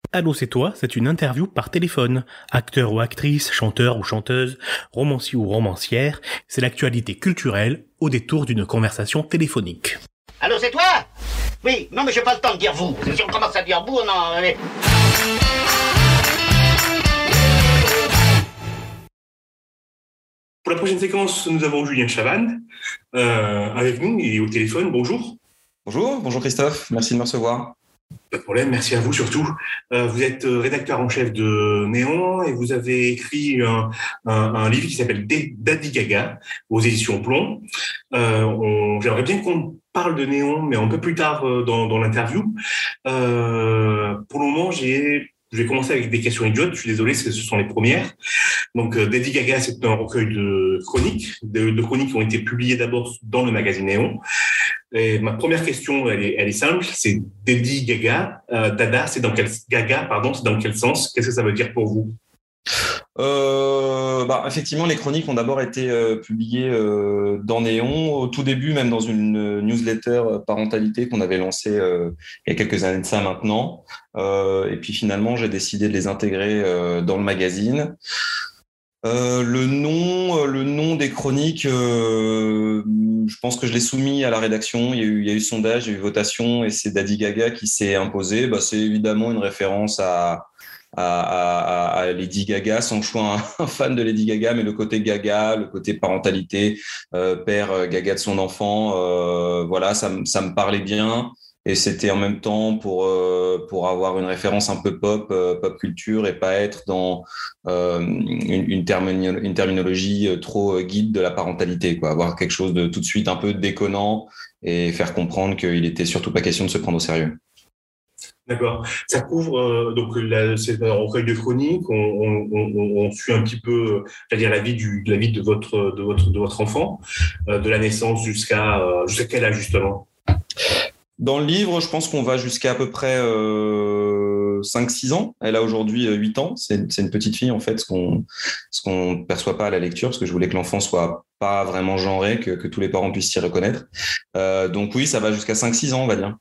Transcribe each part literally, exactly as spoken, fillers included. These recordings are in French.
Allô, c'est toi, c'est une interview par téléphone. Acteur ou actrice, chanteur ou chanteuse, romancier ou romancière, c'est l'actualité culturelle au détour d'une conversation téléphonique. Allô, c'est toi? Oui, non mais j'ai pas le temps de dire vous. Si on commence à dire vous, non mais... Pour la prochaine séquence, nous avons Julien Chavannes euh, avec nous, il est au téléphone. Bonjour. Bonjour, bonjour Christophe, merci de me recevoir. Pas de problème, merci à vous surtout. Euh, vous êtes rédacteur en chef de Néon et vous avez écrit un, un, un livre qui s'appelle Daddy Gaga aux éditions Plomb. Euh, on, j'aimerais bien qu'on parle de Néon, mais un peu plus tard dans, dans l'interview. Euh, pour le moment, j'ai... Je vais commencer avec des questions idiotes. Je suis désolé, ce sont les premières. Donc, euh, Daddy Gaga, c'est un recueil de chroniques, de, de chroniques qui ont été publiées d'abord dans le magazine Néon. Et ma première question, elle est, elle est simple. C'est Daddy Gaga. Euh, Dada, c'est dans quel Gaga, pardon, c'est dans quel sens? Qu'est-ce que ça veut dire pour vous? Euh, bah, effectivement, les chroniques ont d'abord été euh, publiées euh, dans Néon, au tout début, même dans une newsletter euh, parentalité qu'on avait lancée euh, il y a quelques années de ça maintenant. Euh, et puis finalement, j'ai décidé de les intégrer euh, dans le magazine. Euh, le nom, le nom des chroniques, euh, je pense que je l'ai soumis à la rédaction. Il y a eu, il y a eu sondage, il y a eu votation, et c'est Daddy Gaga qui s'est imposé. Bah, c'est évidemment une référence à À, à, à Lady Gaga, sans que je sois un, un fan de Lady Gaga, mais le côté Gaga, le côté parentalité, euh, père Gaga de son enfant, euh, voilà, ça, ça me parlait bien. Et c'était en même temps pour euh, pour avoir une référence un peu pop, euh, pop culture, et pas être dans euh, une, une, termino- une terminologie trop guide de la parentalité, quoi. Avoir quelque chose de tout de suite un peu déconnant et faire comprendre qu'il était surtout pas question de se prendre au sérieux. D'accord. Ça couvre euh, donc la, c'est un recueil de chroniques. On, on, on, on suit un petit peu, c'est-à-dire la vie du, la vie de votre de votre de votre enfant, euh, de la naissance jusqu'à euh, jusqu'à quel âge justement? Dans le livre, je pense qu'on va jusqu'à à peu près euh, cinq six ans. Elle a aujourd'hui huit ans. C'est, c'est une petite fille, en fait, ce qu'on ce qu'on ne perçoit pas à la lecture, parce que je voulais que l'enfant soit pas vraiment genré, que, que tous les parents puissent s'y reconnaître. Euh, donc oui, ça va jusqu'à cinq six ans, on va dire.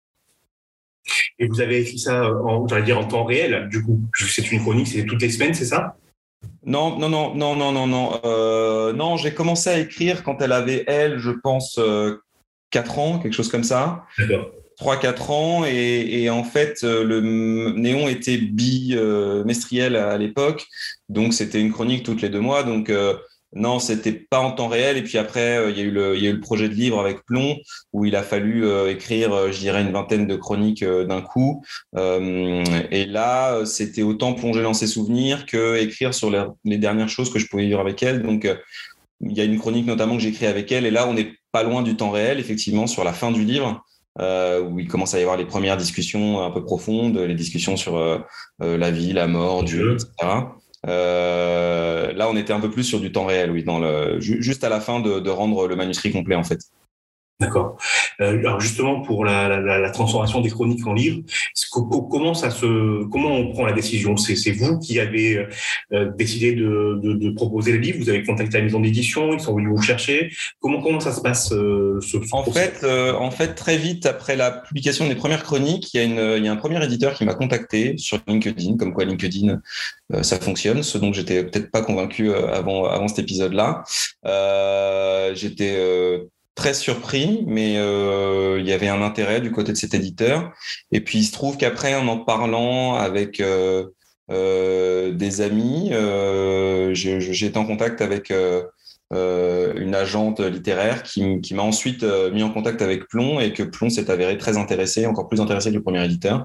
Et vous avez écrit ça en, j'allais dire en temps réel, du coup. C'est une chronique, c'est toutes les semaines, c'est ça? Non, non, non, non, non, non, non. Euh, non, j'ai commencé à écrire quand elle avait, elle, je pense, euh, quatre ans, quelque chose comme ça. D'accord. trois quatre ans. Et, et en fait, le Néon était bimestriel à l'époque. Donc, c'était une chronique toutes les deux mois. Donc, euh, non, c'était pas en temps réel. Et puis après, euh, il y a eu le, il y a eu le projet de livre avec Plomb, où il a fallu euh, écrire, euh, je dirais, une vingtaine de chroniques euh, d'un coup. Euh, et là, c'était autant plonger dans ses souvenirs que écrire sur les, les dernières choses que je pouvais vivre avec elle. Donc, euh, il y a une chronique notamment que j'ai écrite avec elle. Et là, on n'est pas loin du temps réel, effectivement, sur la fin du livre. Euh, où il commence à y avoir les premières discussions un peu profondes, les discussions sur euh, euh, la vie, la mort, Dieu, et cetera. Euh, là, on était un peu plus sur du temps réel, oui, dans le, ju- juste à la fin de, de rendre le manuscrit complet, en fait. D'accord. Euh, alors justement pour la, la, la transformation des chroniques en livres, comment ça se, comment on prend la décision? C'est, c'est vous qui avez euh, décidé de, de, de proposer le livre. Vous avez contacté la maison d'édition, ils sont venus vous chercher. Comment comment ça se passe euh, ce, ce En fait, euh, en fait, très vite après la publication des premières chroniques, il y a une, il y a un premier éditeur qui m'a contacté sur LinkedIn, comme quoi LinkedIn euh, ça fonctionne, ce dont j'étais peut-être pas convaincu euh, avant avant cet épisode-là. Euh, j'étais euh, très surpris, mais euh, il y avait un intérêt du côté de cet éditeur. Et puis il se trouve qu'après, en en parlant avec euh, euh, des amis, euh, je, je, j'ai été en contact avec euh, euh, une agente littéraire qui, qui m'a ensuite euh, mis en contact avec Plomb, et que Plomb s'est avéré très intéressé, encore plus intéressé que le premier éditeur.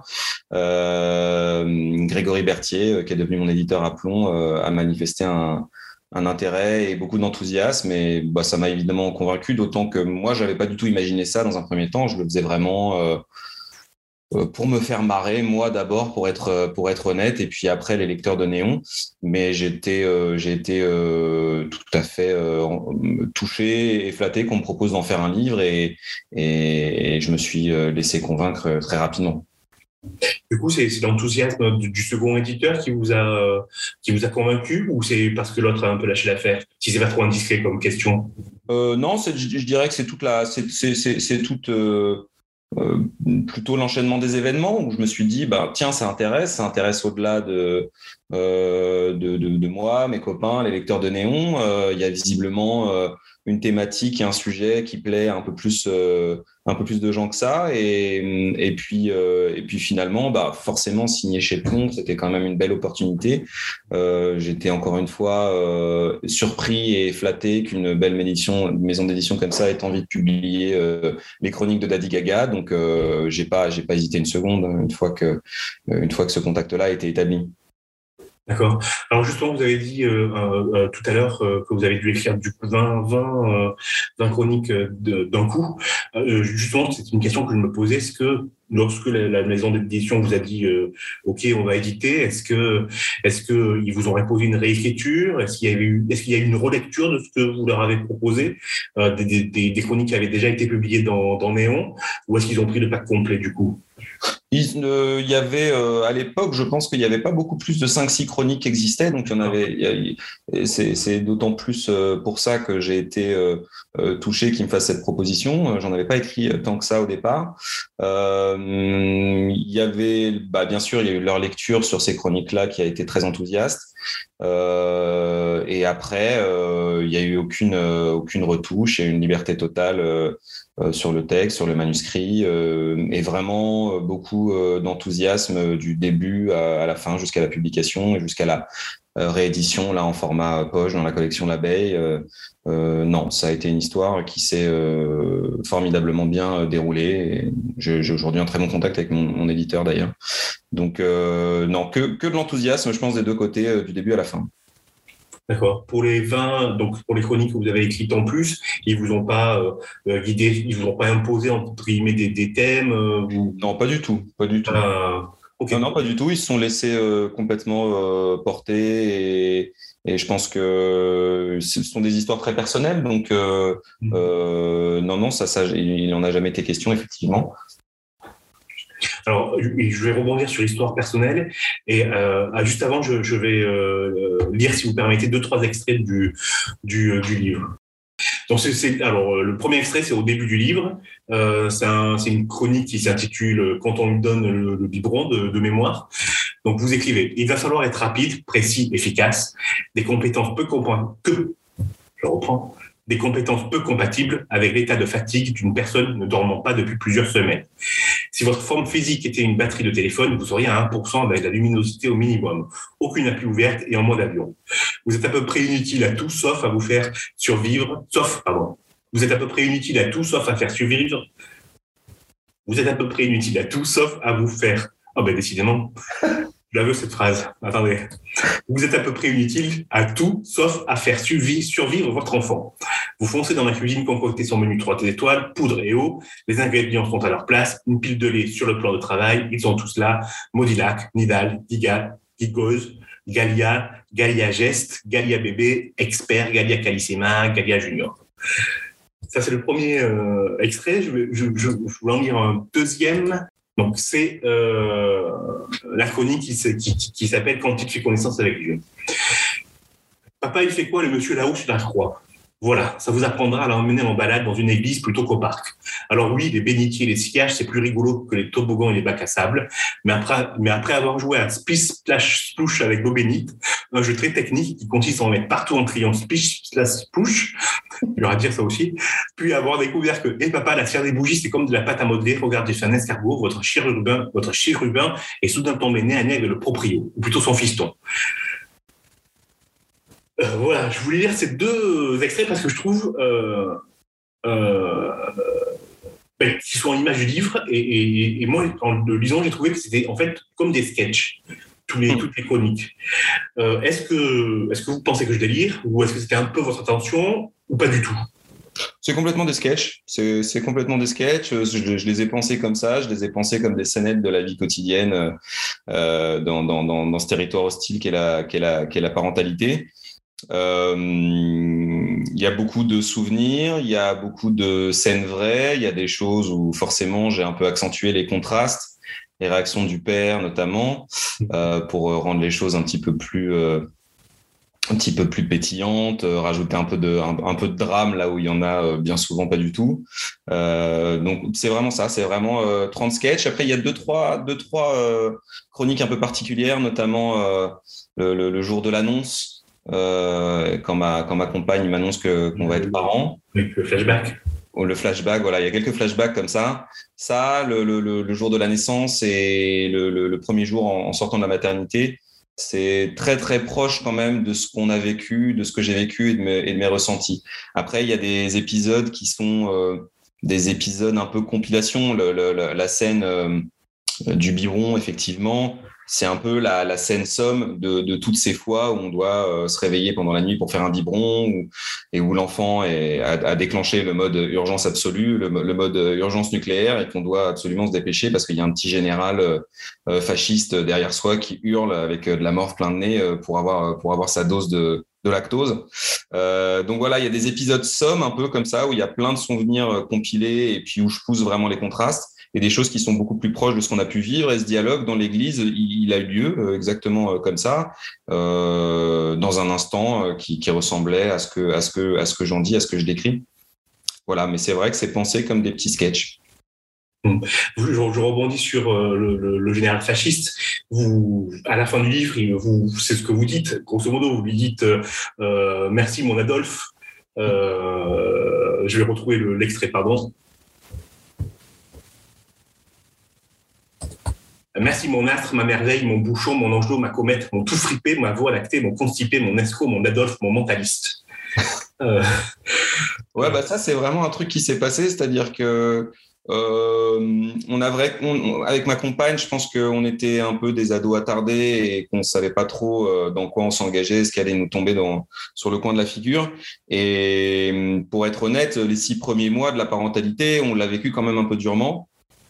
Euh, Grégory Berthier, qui est devenu mon éditeur à Plomb, euh, a manifesté un un intérêt et beaucoup d'enthousiasme, et bah, ça m'a évidemment convaincu, d'autant que moi, j'avais pas du tout imaginé ça dans un premier temps. Je le faisais vraiment euh, euh, pour me faire marrer, moi d'abord, pour être pour être honnête, et puis après les lecteurs de Néon. Mais j'étais euh, j'ai été euh, tout à fait euh, touché et flatté qu'on me propose d'en faire un livre, et, et, et je me suis laissé convaincre très rapidement. Du coup, c'est, c'est l'enthousiasme du, du second éditeur qui vous a qui vous a convaincu, ou c'est parce que l'autre a un peu lâché l'affaire? Si c'est pas trop indiscret comme question. Euh, non, c'est, je, je dirais que c'est toute la, c'est, c'est, c'est, c'est toute, euh, euh, plutôt l'enchaînement des événements où je me suis dit, bah, tiens, ça intéresse, ça intéresse au-delà de, euh, de, de, de moi, mes copains, les lecteurs de Néon. Euh, il y a visiblement euh, une thématique et un sujet qui plaît un peu plus, euh, un peu plus de gens que ça. Et, et, puis, euh, et puis finalement, bah, forcément, signer chez Plomb, c'était quand même une belle opportunité. Euh, j'étais encore une fois euh, surpris et flatté qu'une belle édition, une maison d'édition comme ça ait envie de publier euh, les chroniques de Daddy Gaga. Donc, euh, j'ai pas, j'ai pas hésité une seconde une fois que, une fois que ce contact-là a été établi. D'accord. Alors justement, vous avez dit euh, euh, tout à l'heure euh, que vous avez dû écrire du coup vingt, vingt, euh, vingt chroniques de, d'un coup. Euh, justement, c'est une question que je me posais. Est-ce que lorsque la, la maison d'édition vous a dit euh, OK, on va éditer, est-ce que est-ce que ils vous ont imposé une réécriture? Est-ce qu'il y avait eu, est-ce qu'il y a eu une relecture de ce que vous leur avez proposé, euh, des, des, des chroniques qui avaient déjà été publiées dans, dans Néon, ou est-ce qu'ils ont pris le pack complet du coup? Il euh, y avait, euh, à l'époque, je pense qu'il n'y avait pas beaucoup plus de cinq six chroniques qui existaient. Donc, il y en avait, il y a, c'est, c'est d'autant plus euh, pour ça que j'ai été euh, euh, touché qu'ils me fassent cette proposition. J'en avais pas écrit tant que ça au départ. Euh, il y avait, bah, bien sûr, il y a eu leur lecture sur ces chroniques-là qui a été très enthousiaste. Euh, et après, euh, il y a eu aucune, euh, aucune retouche et une liberté totale euh, euh, sur le texte, sur le manuscrit, euh, et vraiment euh, beaucoup euh, d'enthousiasme du début à, à la fin jusqu'à la publication et jusqu'à la euh, réédition là en format poche dans la collection L'Abeille. Euh, euh, non, ça a été une histoire qui s'est euh, formidablement bien euh, déroulée. Et j'ai, j'ai aujourd'hui un très bon contact avec mon, mon éditeur d'ailleurs. Donc euh, non, que, que de l'enthousiasme, je pense, des deux côtés, euh, du début à la fin. D'accord. Pour les vingt, donc pour les chroniques que vous avez écrites en plus, ils vous ont pas euh, guidé, ils vous ont pas imposé entre guillemets des, des thèmes euh, ou... Non, pas du tout, pas du tout. Euh, okay. Non, non, pas du tout. Ils se sont laissés euh, complètement euh, porter et, et je pense que ce sont des histoires très personnelles. Donc euh, mmh. euh, non, non, ça, ça, il n'en a jamais été question effectivement. Alors, je vais rebondir sur l'histoire personnelle et euh, juste avant, je, je vais euh, lire, si vous permettez, deux trois extraits du du, du livre. Donc, c'est, c'est alors le premier extrait, c'est au début du livre. Euh, c'est, un, c'est une chronique qui s'intitule "Quand on lui donne le, le biberon" de, de mémoire. Donc, vous écrivez: il va falloir être rapide, précis, efficace, des compétences peu compa- que je reprends. des compétences peu compatibles avec l'état de fatigue d'une personne ne dormant pas depuis plusieurs semaines. Si votre forme physique était une batterie de téléphone, vous seriez à un pour cent avec la luminosité au minimum, aucune appli ouverte et en mode avion. Vous êtes à peu près inutile à tout sauf à vous faire survivre, sauf, pardon, vous êtes à peu près inutile à tout sauf à faire survivre. Vous êtes à peu près inutile à tout sauf à vous faire. Oh ben décidément. Je la veux cette phrase. Attendez. Vous êtes à peu près inutile à tout, sauf à faire survivre votre enfant. Vous foncez dans la cuisine, concoctez son menu trois étoiles, poudre et eau. Les ingrédients sont à leur place. Une pile de lait sur le plan de travail. Ils sont tous là. Modilac, Nidal, Giga, Gigoz, Galia, Galia Geste, Galia Bébé, Expert, Galia Calissima, Galia Junior. Ça, c'est le premier euh, extrait. Je vais, je, je, je voulais en lire un deuxième. Donc, c'est euh, la chronique qui, qui, qui s'appelle « Quand il fait connaissance avec Dieu ». Papa, il fait quoi, le monsieur là-haut sur la croix? Voilà, ça vous apprendra à l'emmener en balade dans une église plutôt qu'au parc. Alors oui, les bénitiers et les skiages, c'est plus rigolo que les toboggans et les bacs à sable. Mais après, mais après avoir joué à Splish Splash Splouch avec l'eau bénite, un jeu très technique qui consiste à en mettre partout en criant Splish Splash Splouch, il y aura à dire ça aussi, puis avoir découvert que, hé hey, papa, la cire des bougies, c'est comme de la pâte à modeler, regardez, j'ai fait un escargot, votre chérubin, votre chérubin est soudain tombé nez à nez avec le proprio, ou plutôt son fiston. Euh, voilà, je voulais lire ces deux extraits parce que je trouve euh, euh, ben, qu'ils sont en image du livre et, et, et moi, en le lisant, j'ai trouvé que c'était en fait comme des sketchs, tous les, mmh. toutes les chroniques. Euh, est-ce que, est-ce que vous pensez que je vais lire ou est-ce que c'était un peu votre attention ou pas du tout? C'est complètement des sketchs. C'est, c'est complètement des sketchs. Je, je les ai pensés comme ça. Je les ai pensés comme des scénettes de la vie quotidienne euh, dans, dans, dans, dans ce territoire hostile qu'est la, qu'est la, qu'est la parentalité. Euh, il y a beaucoup de souvenirs, il y a beaucoup de scènes vraies, il y a des choses où forcément j'ai un peu accentué les contrastes, les réactions du père notamment, euh, pour rendre les choses un petit peu plus, euh, un petit peu plus pétillante, euh, rajouter un peu de un, un peu de drame là où il y en a euh, bien souvent pas du tout. Euh, donc c'est vraiment ça, c'est vraiment euh, trente sketchs. Après il y a deux trois deux trois euh, chroniques un peu particulières, notamment euh, le, le, le jour de l'annonce, euh, quand ma quand ma compagne m'annonce que qu'on va être parents. Avec le flashback. Le flashback, voilà, il y a quelques flashbacks comme ça. Ça, le, le, le jour de la naissance et le, le, le premier jour en, en sortant de la maternité, c'est très très proche quand même de ce qu'on a vécu, de ce que j'ai vécu et de mes, et de mes ressentis. Après, il y a des épisodes qui sont euh, des épisodes un peu compilation. Le, le, la scène euh, du biberon, effectivement, c'est un peu la, la scène somme de, de toutes ces fois où on doit euh, se réveiller pendant la nuit pour faire un biberon où, et où l'enfant est, a, a déclenché le mode urgence absolue, le, le mode urgence nucléaire et qu'on doit absolument se dépêcher parce qu'il y a un petit général euh, fasciste derrière soi qui hurle avec de la morve plein de nez pour avoir, pour avoir sa dose de, de lactose. Euh, donc voilà, il y a des épisodes somme un peu comme ça où il y a plein de souvenirs compilés et puis où je pousse vraiment les contrastes. Et des choses qui sont beaucoup plus proches de ce qu'on a pu vivre. Et ce dialogue dans l'église, il, il a eu lieu euh, exactement euh, comme ça, euh, dans un instant euh, qui, qui ressemblait à ce que, à ce que, à ce que j'en dis, à ce que je décris. Voilà, mais c'est vrai que c'est pensé comme des petits sketchs. Je, je rebondis sur euh, le, le, le général fasciste. Vous, à la fin du livre, vous, c'est ce que vous dites. Grosso modo, vous lui dites euh, merci mon Adolphe. Euh, je vais retrouver le, l'extrait, pardon. Merci mon astre, ma merveille, mon bouchon, mon angelot, ma comète, mon tout fripé, ma voie lactée, mon constipé, mon escroc, mon Adolphe, mon mentaliste. euh... Ouais, bah ça, c'est vraiment un truc qui s'est passé, c'est-à-dire que euh, on a vrai, on, avec ma compagne, je pense qu'on était un peu des ados attardés et qu'on savait pas trop euh, dans quoi on s'engageait, ce qui allait nous tomber dans, sur le coin de la figure. Et pour être honnête, les six premiers mois de la parentalité, on l'a vécu quand même un peu durement.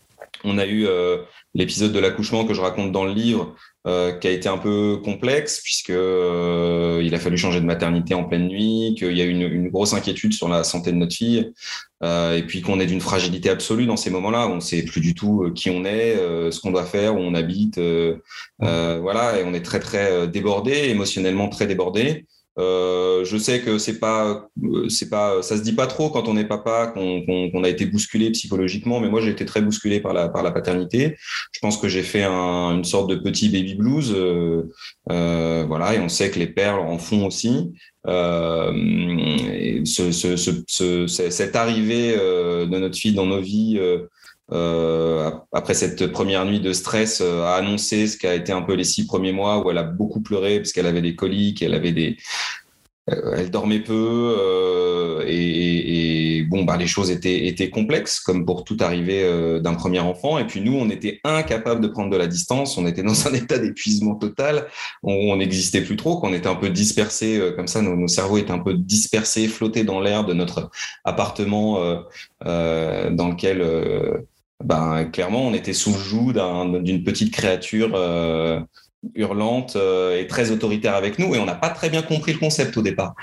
On a eu euh, l'épisode de l'accouchement que je raconte dans le livre, euh, qui a été un peu complexe puisque euh, il a fallu changer de maternité en pleine nuit, qu'il y a eu une, une grosse inquiétude sur la santé de notre fille, euh, et puis qu'on est d'une fragilité absolue dans ces moments-là. On ne sait plus du tout qui on est, euh, ce qu'on doit faire, où on habite, euh, euh, voilà, et on est très très débordé, émotionnellement très débordé. Euh, je sais que c'est pas, c'est pas, ça se dit pas trop quand on est papa qu'on, qu'on, qu'on a été bousculé psychologiquement, mais moi j'ai été très bousculé par la par la paternité. Je pense que j'ai fait un, une sorte de petit baby blues, euh, euh, voilà, et on sait que les pères en font aussi. Euh, et ce, ce, ce, ce, cette arrivée euh, de notre fille dans nos vies. Euh, Euh, après cette première nuit de stress, euh, a annoncé ce qu'a été un peu les six premiers mois où elle a beaucoup pleuré parce qu'elle avait des coliques, elle avait des, euh, elle dormait peu euh, et, et, et bon bah les choses étaient étaient complexes comme pour toute arrivée euh, d'un premier enfant. Et puis nous, on était incapables de prendre de la distance, on était dans un état d'épuisement total, on n'existait plus trop, qu'on était un peu dispersés euh, comme ça, nos, nos cerveaux étaient un peu dispersés, flottés dans l'air de notre appartement euh, euh, dans lequel euh, ben, clairement, on était sous le joug d'un, d'une petite créature euh, hurlante euh, et très autoritaire avec nous, et on n'a pas très bien compris le concept au départ.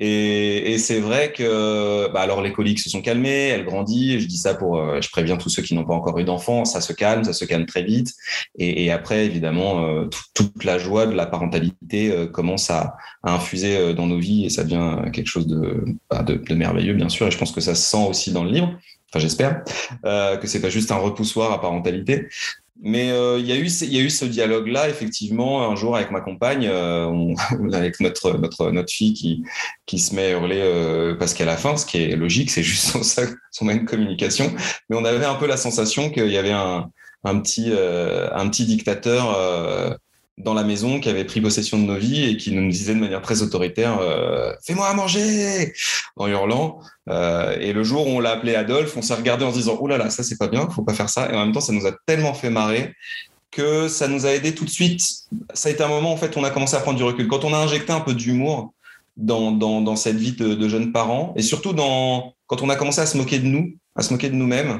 Et, et c'est vrai que, bah, alors les coliques se sont calmées, elle grandit. Et je dis ça pour, euh, je préviens tous ceux qui n'ont pas encore eu d'enfants, ça se calme, ça se calme très vite. Et, et après, évidemment, euh, tout, toute la joie de la parentalité euh, commence à, à infuser euh, dans nos vies, et ça devient quelque chose de, bah, de, de merveilleux, bien sûr. Et je pense que ça se sent aussi dans le livre. Enfin, j'espère euh, que c'est pas juste un repoussoir à parentalité. Mais euh, il y a eu, il y a eu ce dialogue-là, effectivement, un jour avec ma compagne, euh, on, avec notre notre notre fille qui qui se met à hurler euh, parce qu'elle a faim, ce qui est logique, c'est juste son, son moyen de communication. Mais on avait un peu la sensation qu'il y avait un un petit euh, un petit dictateur euh, dans la maison qui avait pris possession de nos vies et qui nous disait de manière très autoritaire euh, « Fais-moi à manger !» en hurlant. Euh, et le jour où on l'a appelé Adolphe, on s'est regardé en se disant « Ouh là là, ça c'est pas bien, faut pas faire ça !» Et en même temps, ça nous a tellement fait marrer que ça nous a aidé tout de suite. Ça a été un moment, en fait, où on a commencé à prendre du recul. Quand on a injecté un peu d'humour dans, dans, dans cette vie de, de jeunes parents, et surtout dans, quand on a commencé à se moquer de nous, à se moquer de nous-mêmes,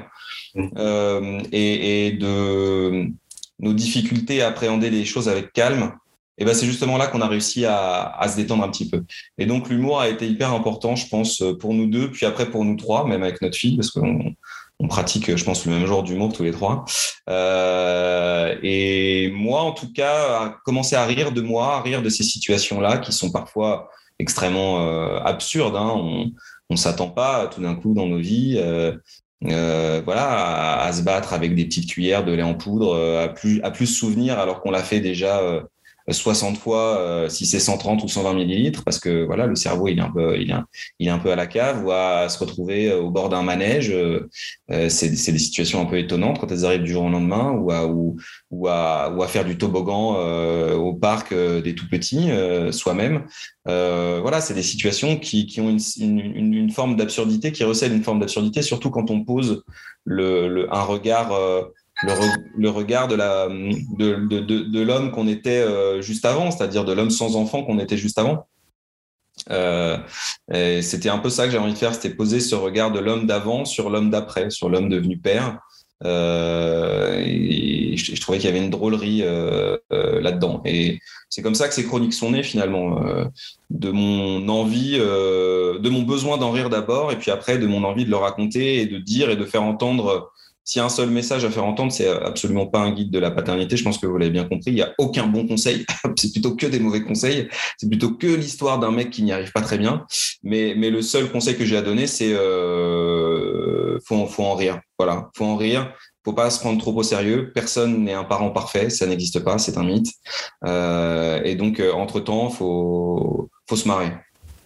euh, et, et de nos difficultés à appréhender les choses avec calme, et ben c'est justement là qu'on a réussi à, à se détendre un petit peu. Et donc l'humour a été hyper important, je pense, pour nous deux, puis après pour nous trois, même avec notre fille, parce qu'on on pratique, je pense, le même genre d'humour tous les trois. Euh, et moi, en tout cas, à commencer à rire de moi, à rire de ces situations-là qui sont parfois extrêmement euh, absurdes. Hein. On ne s'attend pas tout d'un coup dans nos vies euh, euh, voilà, à, à se battre avec des petites cuillères de lait en poudre, à plus, à plus se souvenir alors qu'on l'a fait déjà euh, soixante fois, euh, si c'est cent trente ou cent vingt millilitres, parce que voilà, le cerveau il est un peu, il est un, il est un peu à la cave, ou à se retrouver au bord d'un manège. Euh, c'est, c'est des situations un peu étonnantes quand elles arrivent du jour au lendemain, ou à, ou, ou à, ou à faire du toboggan euh, au parc euh, des tout petits, euh, soi-même. Euh, voilà, c'est des situations qui, qui ont une, une, une forme d'absurdité, qui recèlent une forme d'absurdité, surtout quand on pose le, le, un regard. Euh, Le, re, le regard de, la, de, de, de, de l'homme qu'on était euh, juste avant, c'est-à-dire de l'homme sans enfant qu'on était juste avant. Euh, et c'était un peu ça que j'avais envie de faire, c'était poser ce regard de l'homme d'avant sur l'homme d'après, sur l'homme devenu père. Euh, et je, je trouvais qu'il y avait une drôlerie euh, euh, là-dedans. Et c'est comme ça que ces chroniques sont nées finalement, euh, de mon envie, euh, de mon besoin d'en rire d'abord, et puis après de mon envie de le raconter et de dire et de faire entendre. S'il y a un seul message à faire entendre, c'est absolument pas un guide de la paternité. Je pense que vous l'avez bien compris. Il n'y a aucun bon conseil. C'est plutôt que des mauvais conseils. C'est plutôt que l'histoire d'un mec qui n'y arrive pas très bien. Mais, mais le seul conseil que j'ai à donner, c'est euh, faut, faut en rire. Voilà, faut en rire. Faut pas se prendre trop au sérieux. Personne n'est un parent parfait. Ça n'existe pas. C'est un mythe. Euh, et donc, euh, entre-temps, faut, faut se marrer.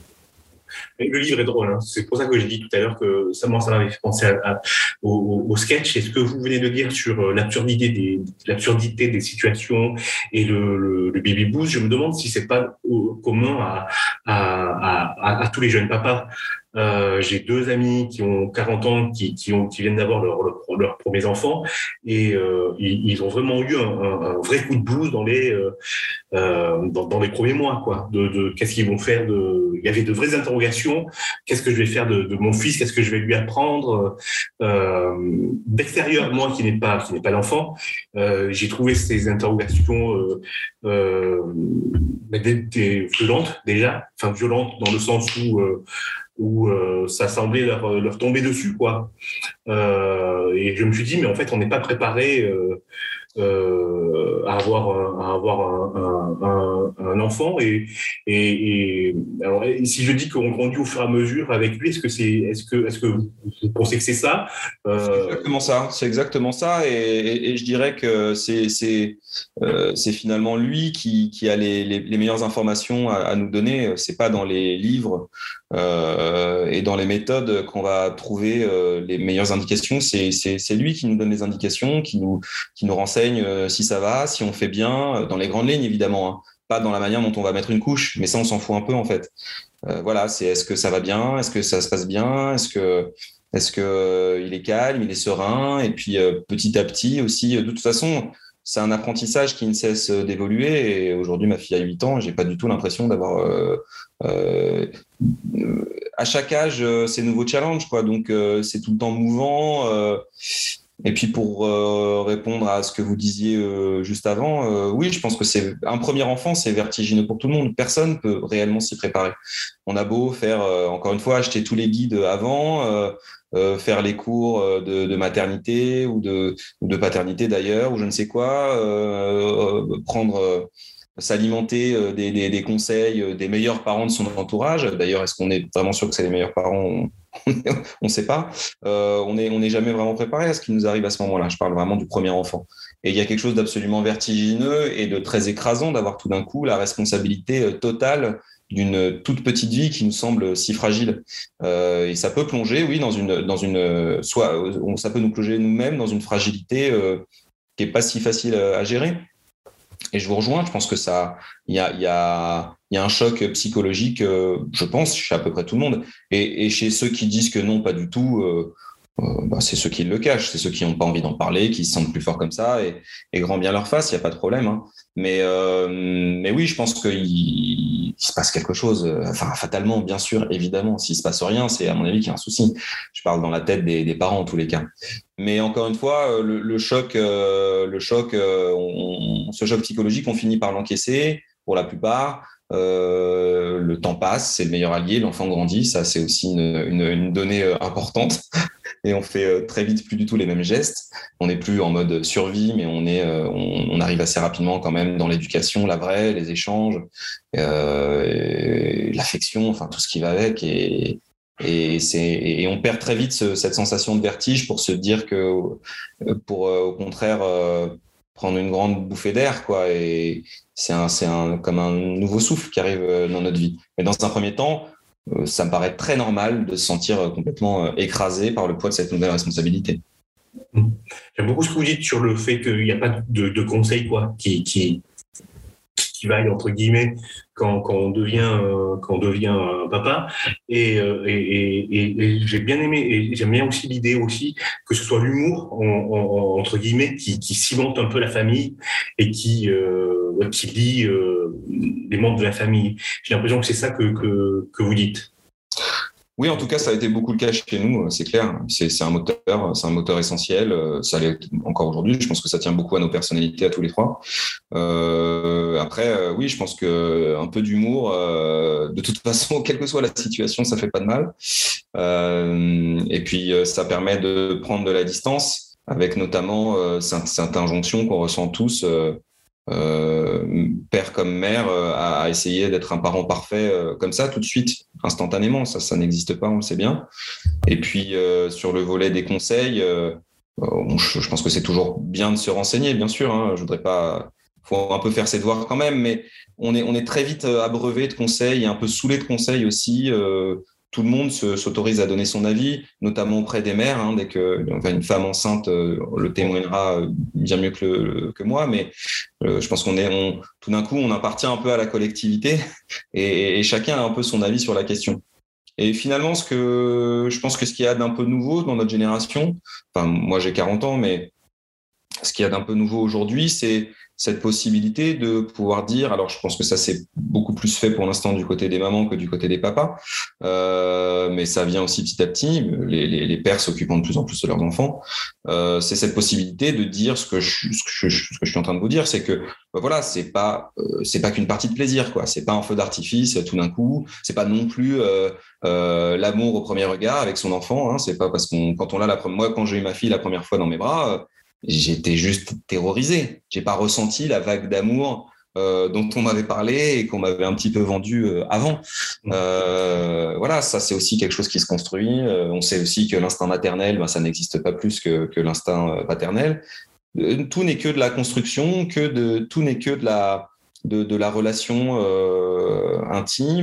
Le livre est drôle, hein. C'est pour ça que j'ai dit tout à l'heure que ça, moi, ça m'avait fait penser à, à, au, au sketch. Et ce que vous venez de dire sur l'absurdité des, l'absurdité des situations et le, le, le baby blues, je me demande si c'est pas commun à, à, à, à tous les jeunes papas. Euh, j'ai deux amis qui ont quarante ans, qui, qui, ont, qui viennent d'avoir leurs leur, leur premiers enfants, et euh, ils, ils ont vraiment eu un, un, un vrai coup de blues dans les euh, euh, dans, dans les premiers mois, quoi. De, de qu'est-ce qu'ils vont faire de, il y avait de vraies interrogations. Qu'est-ce que je vais faire de, de mon fils? Qu'est-ce que je vais lui apprendre? Euh, d'extérieur, moi qui n'ai pas qui n'ai pas d'enfant, euh, j'ai trouvé ces interrogations euh, euh, des, des violentes déjà, enfin violentes dans le sens où euh, où euh, ça semblait leur, leur tomber dessus, quoi. Euh, et je me suis dit, mais en fait, on n'est pas préparé euh, euh, à avoir un, à avoir un, un, un, un enfant. Et, et, et alors, et si je dis qu'on grandit au fur et à mesure avec lui, est-ce que c'est, est-ce que, est-ce que vous pensez que c'est ça? euh... C'est exactement ça. C'est exactement ça. Et, et, et je dirais que c'est, c'est, euh, c'est finalement lui qui, qui a les, les, les meilleures informations à, à nous donner. C'est pas dans les livres. Euh, et dans les méthodes qu'on va trouver euh, les meilleures indications, c'est, c'est, c'est lui qui nous donne les indications, qui nous, qui nous renseigne euh, si ça va, si on fait bien, dans les grandes lignes évidemment, hein. Pas dans la manière dont on va mettre une couche, mais ça on s'en fout un peu en fait. Euh, voilà, c'est est-ce que ça va bien, est-ce que ça se passe bien, est-ce que est-ce que euh, il est calme, il est serein, et puis euh, petit à petit aussi, de toute façon. C'est un apprentissage qui ne cesse d'évoluer. Et aujourd'hui, ma fille a huit ans, j'ai pas du tout l'impression d'avoir euh, euh, à chaque âge euh, ces nouveaux challenges, quoi. Donc euh, c'est tout le temps mouvant. Euh, et puis pour euh, répondre à ce que vous disiez euh, juste avant, euh, oui, je pense que c'est un premier enfant, c'est vertigineux pour tout le monde. Personne peut réellement s'y préparer. On a beau faire, euh, encore une fois, acheter tous les guides avant. Euh, Euh, faire les cours de, de maternité ou de, ou de paternité d'ailleurs, ou je ne sais quoi, euh, euh, prendre, euh, s'alimenter des, des, des conseils des meilleurs parents de son entourage. D'ailleurs, est-ce qu'on est vraiment sûr que c'est les meilleurs parents? On ne sait pas. Euh, on n'est on n'est jamais vraiment préparé à ce qui nous arrive à ce moment-là. Je parle vraiment du premier enfant. Et il y a quelque chose d'absolument vertigineux et de très écrasant d'avoir tout d'un coup la responsabilité totale d'une toute petite vie qui nous semble si fragile. Euh, et ça peut plonger, oui, dans une, dans une, soit, ça peut nous plonger nous-mêmes dans une fragilité euh, qui est pas si facile à gérer. Et je vous rejoins, je pense que ça, il y a, il y a, il y a un choc psychologique, euh, je pense, chez à peu près tout le monde. Et, et chez ceux qui disent que non, pas du tout, euh, euh, bah, c'est ceux qui le cachent, c'est ceux qui n'ont pas envie d'en parler, qui se sentent plus forts comme ça, et, et grand bien leur face, il n'y a pas de problème. Hein. Mais, euh, mais oui, je pense qu'il il se passe quelque chose, enfin, fatalement, bien sûr, évidemment. S'il ne se passe rien, c'est à mon avis qu'il y a un souci. Je parle dans la tête des, des parents, en tous les cas. Mais encore une fois, le, le choc, euh, le choc euh, on, ce choc psychologique, on finit par l'encaisser, pour la plupart. Euh, le temps passe, c'est le meilleur allié, l'enfant grandit, ça c'est aussi une, une, une donnée importante. et on fait euh, très vite plus du tout les mêmes gestes. On n'est plus en mode survie, mais on est, euh, on, on arrive assez rapidement quand même dans l'éducation, la vraie, les échanges, euh, l'affection, enfin tout ce qui va avec. Et, et c'est, et on perd très vite ce, cette sensation de vertige pour se dire que, pour euh, au contraire euh, prendre une grande bouffée d'air, quoi. Et c'est un, c'est un, comme un nouveau souffle qui arrive dans notre vie. Mais dans un premier temps, ça me paraît très normal de se sentir complètement écrasé par le poids de cette nouvelle responsabilité. J'aime beaucoup ce que vous dites sur le fait qu'il n'y a pas de, de conseils, quoi, qui, qui, qui vaille entre guillemets quand, quand on devient euh, quand on devient euh, papa. Et, euh, et, et, et j'ai bien aimé, et j'aime bien aussi l'idée aussi que ce soit l'humour en, en, entre guillemets qui, qui cimente un peu la famille et qui euh, qui lie euh, les membres de la famille. J'ai l'impression que c'est ça que que, que vous dites. Oui, en tout cas, ça a été beaucoup le cas chez nous, c'est clair. C'est, c'est un moteur, c'est un moteur essentiel. Ça l'est encore aujourd'hui. Je pense que ça tient beaucoup à nos personnalités, à tous les trois. Euh, après, euh, oui, je pense que un peu d'humour, euh, de toute façon, quelle que soit la situation, ça fait pas de mal. Euh, et puis, ça permet de prendre de la distance, avec notamment euh, cette injonction qu'on ressent tous. Euh, Euh, père comme mère euh, à, à essayer d'être un parent parfait euh, comme ça tout de suite, instantanément, ça ça n'existe pas, on le sait bien. Et puis euh, sur le volet des conseils, euh, euh, je, je pense que c'est toujours bien de se renseigner, bien sûr, hein, je voudrais pas, faut un peu faire ses devoirs quand même, mais on est on est très vite abreuvé de conseils et un peu saoulé de conseils aussi. euh, Tout le monde se, s'autorise à donner son avis, notamment auprès des mères. Hein, dès que enfin, une femme enceinte euh, le témoignera bien mieux que, le, que moi, mais euh, je pense qu'on est, on, tout d'un coup, on appartient un peu à la collectivité et, et chacun a un peu son avis sur la question. Et finalement, ce que je pense que ce qu'il y a d'un peu nouveau dans notre génération, enfin moi j'ai quarante ans, mais ce qu'il y a d'un peu nouveau aujourd'hui, c'est cette possibilité de pouvoir dire, alors je pense que ça c'est beaucoup plus fait pour l'instant du côté des mamans que du côté des papas, euh, mais ça vient aussi petit à petit, les, les, les pères s'occupant de plus en plus de leurs enfants, euh, c'est cette possibilité de dire ce que je, ce que je, ce que je suis en train de vous dire, c'est que ben voilà, c'est pas euh, c'est pas qu'une partie de plaisir, quoi, c'est pas un feu d'artifice tout d'un coup, c'est pas non plus euh, euh, l'amour au premier regard avec son enfant, hein, c'est pas parce qu'on quand on l'a la première, moi quand j'ai eu ma fille la première fois dans mes bras, euh, j'étais juste terrorisé. J'ai pas ressenti la vague d'amour euh, dont on m'avait parlé et qu'on m'avait un petit peu vendu euh, avant. Euh, voilà, ça c'est aussi quelque chose qui se construit. Euh, on sait aussi que l'instinct maternel, ben, ça n'existe pas plus que, que l'instinct euh, paternel. Euh, tout n'est que de la construction, que de tout n'est que de la de, de la relation euh, intime.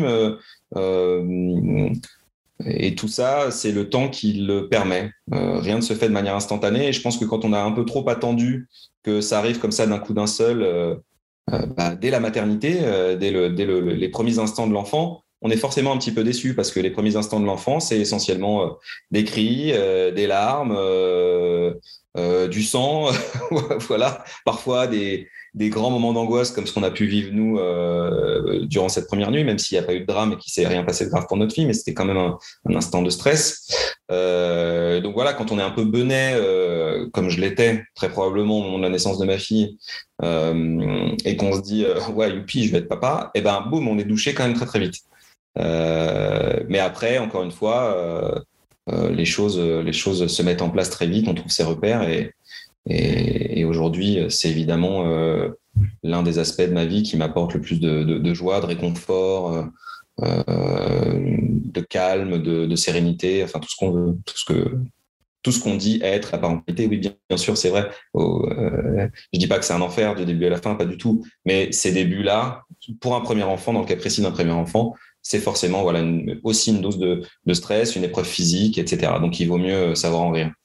Euh, Et tout ça, c'est le temps qui le permet. Euh, rien ne se fait de manière instantanée. Et je pense que quand on a un peu trop attendu que ça arrive comme ça d'un coup d'un seul, euh, euh, bah, dès la maternité, euh, dès, le, dès le, les premiers instants de l'enfant, on est forcément un petit peu déçu parce que les premiers instants de l'enfant, c'est essentiellement euh, des cris, euh, des larmes, euh, euh, du sang, voilà, parfois des des grands moments d'angoisse comme ce qu'on a pu vivre nous euh, durant cette première nuit, même s'il n'y a pas eu de drame et qu'il ne s'est rien passé de grave pour notre fille, mais c'était quand même un, un instant de stress. Euh, donc voilà, quand on est un peu benêt, euh, comme je l'étais très probablement au moment de la naissance de ma fille, euh, et qu'on se dit euh, ouais youpi, je vais être papa, et ben boum, on est douché quand même très très vite. Euh, mais après, encore une fois, euh, euh, les choses, les choses se mettent en place très vite, on trouve ses repères et Et, et aujourd'hui, c'est évidemment euh, l'un des aspects de ma vie qui m'apporte le plus de, de, de joie, de réconfort, euh, de calme, de, de sérénité, enfin tout ce qu'on veut, tout ce que tout ce qu'on dit être la parentalité. Oui, bien, bien sûr, c'est vrai. Oh, euh, je dis pas que c'est un enfer du début à la fin, pas du tout. Mais ces débuts-là, pour un premier enfant, dans le cas précis d'un premier enfant, c'est forcément voilà une, aussi une dose de, de stress, une épreuve physique, et cetera. Donc il vaut mieux savoir en rire.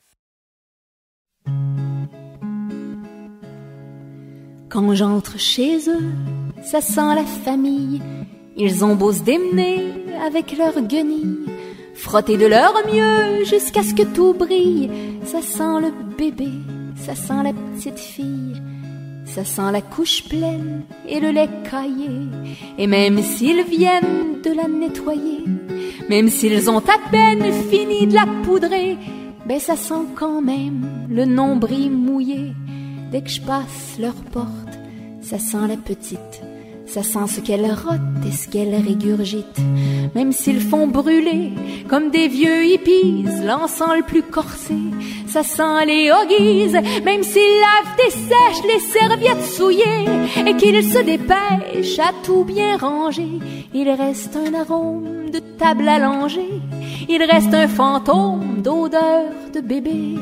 Quand j'entre chez eux, ça sent la famille. Ils ont beau se démener avec leurs guenilles, frotter de leur mieux jusqu'à ce que tout brille. Ça sent le bébé, ça sent la petite fille, ça sent la couche pleine et le lait caillé. Et même s'ils viennent de la nettoyer, même s'ils ont à peine fini de la poudrer, ben ça sent quand même le nombril mouillé. Dès que je passe leur porte, ça sent la petite, Ça sent ce qu'elle rote et ce qu'elle régurgite. Même s'ils font brûler comme des vieux hippies l'encens le plus corsé. Ça sent les hoggies, même s'ils lavent des sèches les serviettes souillées et qu'ils se dépêchent à tout bien ranger. Il reste un arôme de table allongée. Il reste un fantôme d'odeur de bébé.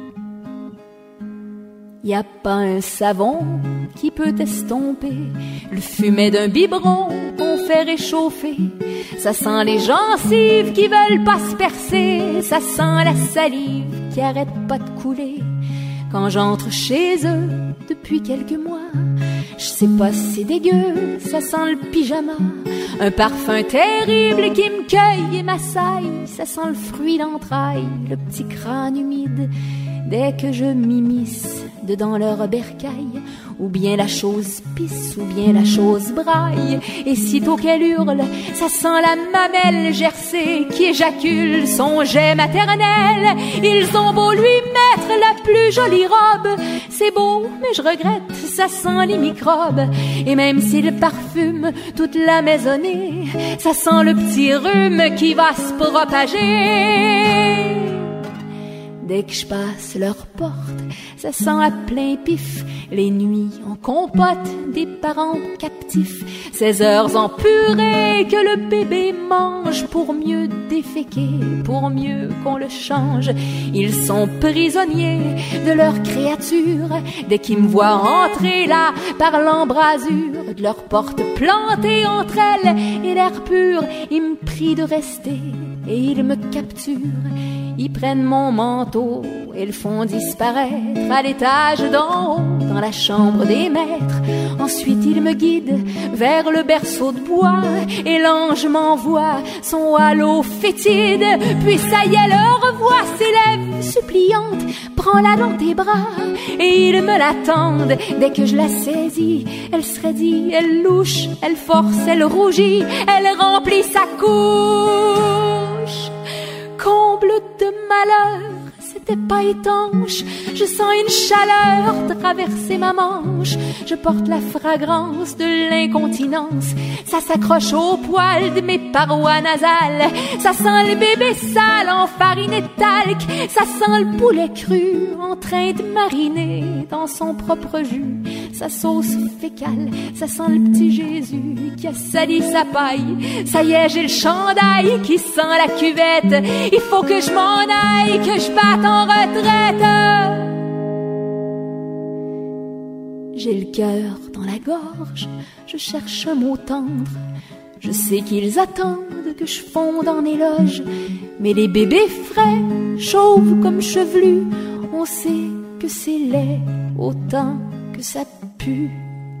Y a pas un savon qui peut estomper le fumet d'un biberon qu'on fait réchauffer. Ça sent les gencives qui veulent pas se percer. Ça sent la salive qui arrête pas de couler. Quand j'entre chez eux depuis quelques mois, je sais pas si c'est dégueu, ça sent le pyjama. Un parfum terrible qui me cueille et m'assaille. Ça sent le fruit d'entrailles, le petit crâne humide. Dès que je m'immisce dedans leur bercaille, ou bien la chose pisse, ou bien la chose braille. Et sitôt qu'elle hurle, ça sent la mamelle gercée qui éjacule son jet maternel. Ils ont beau lui mettre la plus jolie robe, c'est beau, mais je regrette, ça sent les microbes. Et même s'il parfume toute la maisonnée, ça sent le petit rhume qui va se propager. Dès que je passe leur porte, ça sent à plein pif les nuits en compote des parents captifs. Ces heures en purée que le bébé mange pour mieux déféquer, pour mieux qu'on le change. Ils sont prisonniers de leur créature. Dès qu'ils me voient entrer là par l'embrasure de leur porte plantée entre elles et l'air pur, ils me prient de rester et ils me capturent. Ils prennent mon manteau et le font disparaître à l'étage d'en haut, dans la chambre des maîtres. Ensuite ils me guident vers le berceau de bois et l'ange m'envoie son halo fétide. Puis ça y est, leur voix s'élève suppliante. Prends-la dans tes bras et ils me l'attendent. Dès que je la saisis, elle se raidit, elle louche, elle force, elle rougit, elle remplit sa couche. Comble de malheur, c'était pas étanche. Je sens une chaleur traverser ma manche. Je porte la fragrance de l'incontinence. Ça s'accroche au poil de mes parois nasales. Ça sent le bébé sale en farine et talc. Ça sent le poulet cru en train de mariner dans son propre jus. Sa sauce fécale, ça sent le petit Jésus qui a sali sa paille. Ça y est, j'ai le chandail qui sent la cuvette. Il faut que je m'en aille, que je batte en retraite. J'ai le cœur dans la gorge, je cherche un mot tendre. Je sais qu'ils attendent que je fonde en éloge. Mais les bébés frais, chauves comme chevelus, on sait que c'est laid autant que ça pue.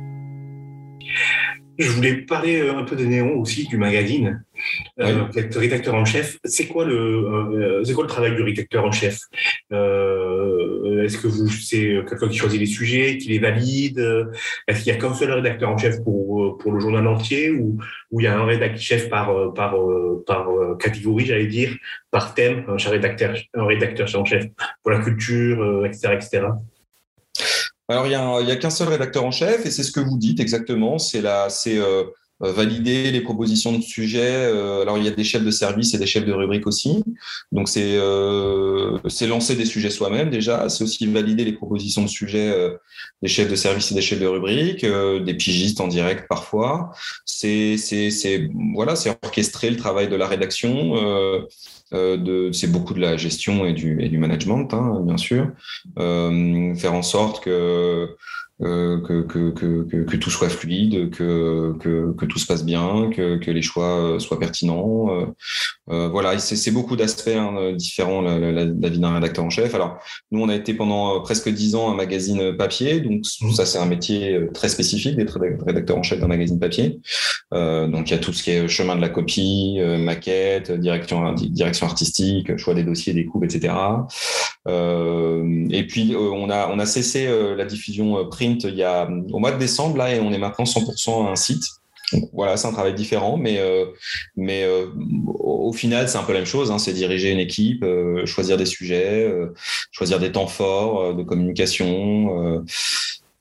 Je voulais parler un peu de Néon aussi, du magazine. Euh, vous êtes rédacteur en chef. C'est quoi le, euh, c'est quoi le travail du rédacteur en chef? euh, Est-ce que vous, c'est quelqu'un qui choisit les sujets, qui les valide? Est-ce qu'il y a qu'un seul rédacteur en chef pour pour le journal entier, ou ou il y a un rédacteur chef par par par catégorie, j'allais dire, par thème, un rédacteur un rédacteur en chef pour la culture, et cetera, et cetera. Alors, il y a, un, il y a qu'un seul rédacteur en chef, et c'est ce que vous dites exactement. C'est la, c'est euh, valider les propositions de sujets. Euh, alors, il y a des chefs de service et des chefs de rubrique aussi. Donc, c'est, euh, c'est lancer des sujets soi-même déjà. C'est aussi valider les propositions de sujets euh, des chefs de service et des chefs de rubrique, euh, des pigistes en direct parfois. C'est, c'est, c'est, voilà, c'est orchestrer le travail de la rédaction. Euh, Euh, de, c'est beaucoup de la gestion et du, et du management, hein, bien sûr. Euh, faire en sorte que, euh, que, que, que, que, que tout soit fluide, que, que, que tout se passe bien, que, que les choix soient pertinents. Euh, euh, voilà, et c'est, c'est beaucoup d'aspects hein, différents, la, la, la vie d'un rédacteur en chef. Alors, nous, on a été pendant presque dix ans un magazine papier, donc ça, c'est un métier très spécifique d'être rédacteur en chef d'un magazine papier. Euh, donc, il y a tout ce qui est chemin de la copie, euh, maquette, direction, direction artistique, choix des dossiers, des coupes, et cetera. Euh, et puis, euh, on a, on a cessé euh, la diffusion print il y a, au mois de décembre, là, et on est maintenant cent pour cent un site. Donc, voilà, c'est un travail différent, mais, euh, mais euh, au final, c'est un peu la même chose. Hein, c'est diriger une équipe, euh, choisir des sujets, euh, choisir des temps forts euh, de communication, euh,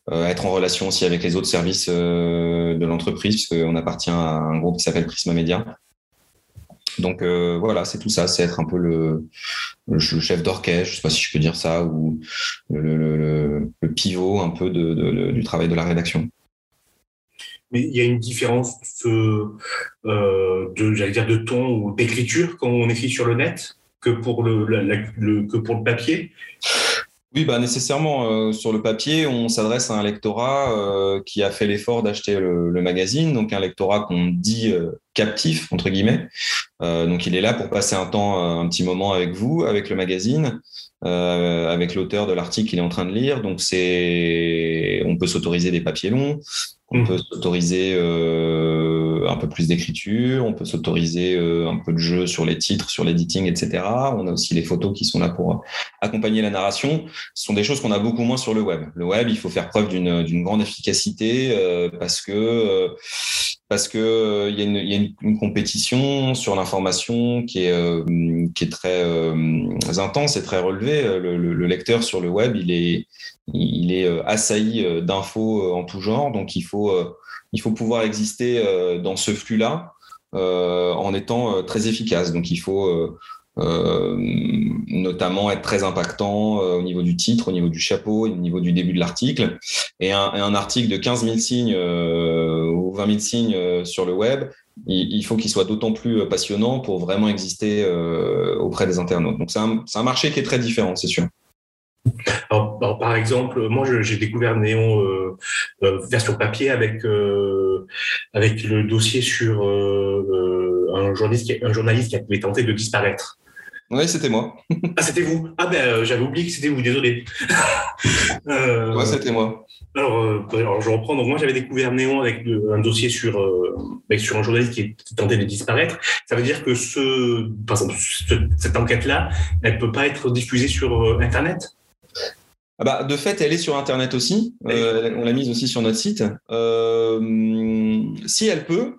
euh, être en relation aussi avec les autres services euh, de l'entreprise, puisqu'on appartient à un groupe qui s'appelle Prisma Media. Donc euh, voilà, c'est tout ça, c'est être un peu le, le chef d'orchestre, je ne sais pas si je peux dire ça, ou le, le, le, le pivot un peu de, de, de, du travail de la rédaction. Mais il y a une différence euh, de, j'allais dire, de ton ou d'écriture quand on écrit sur le net que pour le, la, la, le, que pour le papier. Oui, bah nécessairement. Euh, sur le papier, on s'adresse à un lectorat euh, qui a fait l'effort d'acheter le, le magazine, donc un lectorat qu'on dit euh, captif, entre guillemets. Euh, donc il est là pour passer un temps, euh, un petit moment avec vous, avec le magazine, euh, avec l'auteur de l'article qu'il est en train de lire. Donc c'est, on peut s'autoriser des papiers longs. On peut s'autoriser euh, un peu plus d'écriture, on peut s'autoriser euh, un peu de jeu sur les titres, sur l'editing, et cetera. On a aussi les photos qui sont là pour accompagner la narration. Ce sont des choses qu'on a beaucoup moins sur le web. Le web, il faut faire preuve d'une, d'une grande efficacité euh, parce que euh, parce que euh, il y a une, il y a une, une compétition sur l'information qui est euh, qui est très euh, intense et très relevée. Le, le, le lecteur sur le web, il est il est assailli d'infos en tout genre, donc il faut, il faut pouvoir exister dans ce flux-là euh, en étant très efficace. Donc il faut euh, notamment être très impactant au niveau du titre, au niveau du chapeau, au niveau du début de l'article. Et un, un article de quinze mille signes euh, ou vingt mille signes sur le web, il, il faut qu'il soit d'autant plus passionnant pour vraiment exister euh, auprès des internautes. Donc c'est un, c'est un marché qui est très différent, c'est sûr. Alors, alors, par exemple, moi, je, j'ai découvert Néon euh, euh, version papier avec euh, avec le dossier sur euh, un journaliste qui, un journaliste qui avait tenté de disparaître. Oui, c'était moi. Ah, c'était vous. Ah ben, euh, j'avais oublié que c'était vous. Désolé. euh, ouais, c'était moi. Alors, euh, alors, je reprends. Donc, moi, j'avais découvert Néon avec le, un dossier sur euh, avec, sur un journaliste qui tentait de disparaître. Ça veut dire que ce, par exemple, ce, cette enquête-là, elle peut pas être diffusée sur euh, Internet. Ah bah, de fait, elle est sur Internet aussi. Euh, on l'a mise aussi sur notre site. Euh, si elle peut,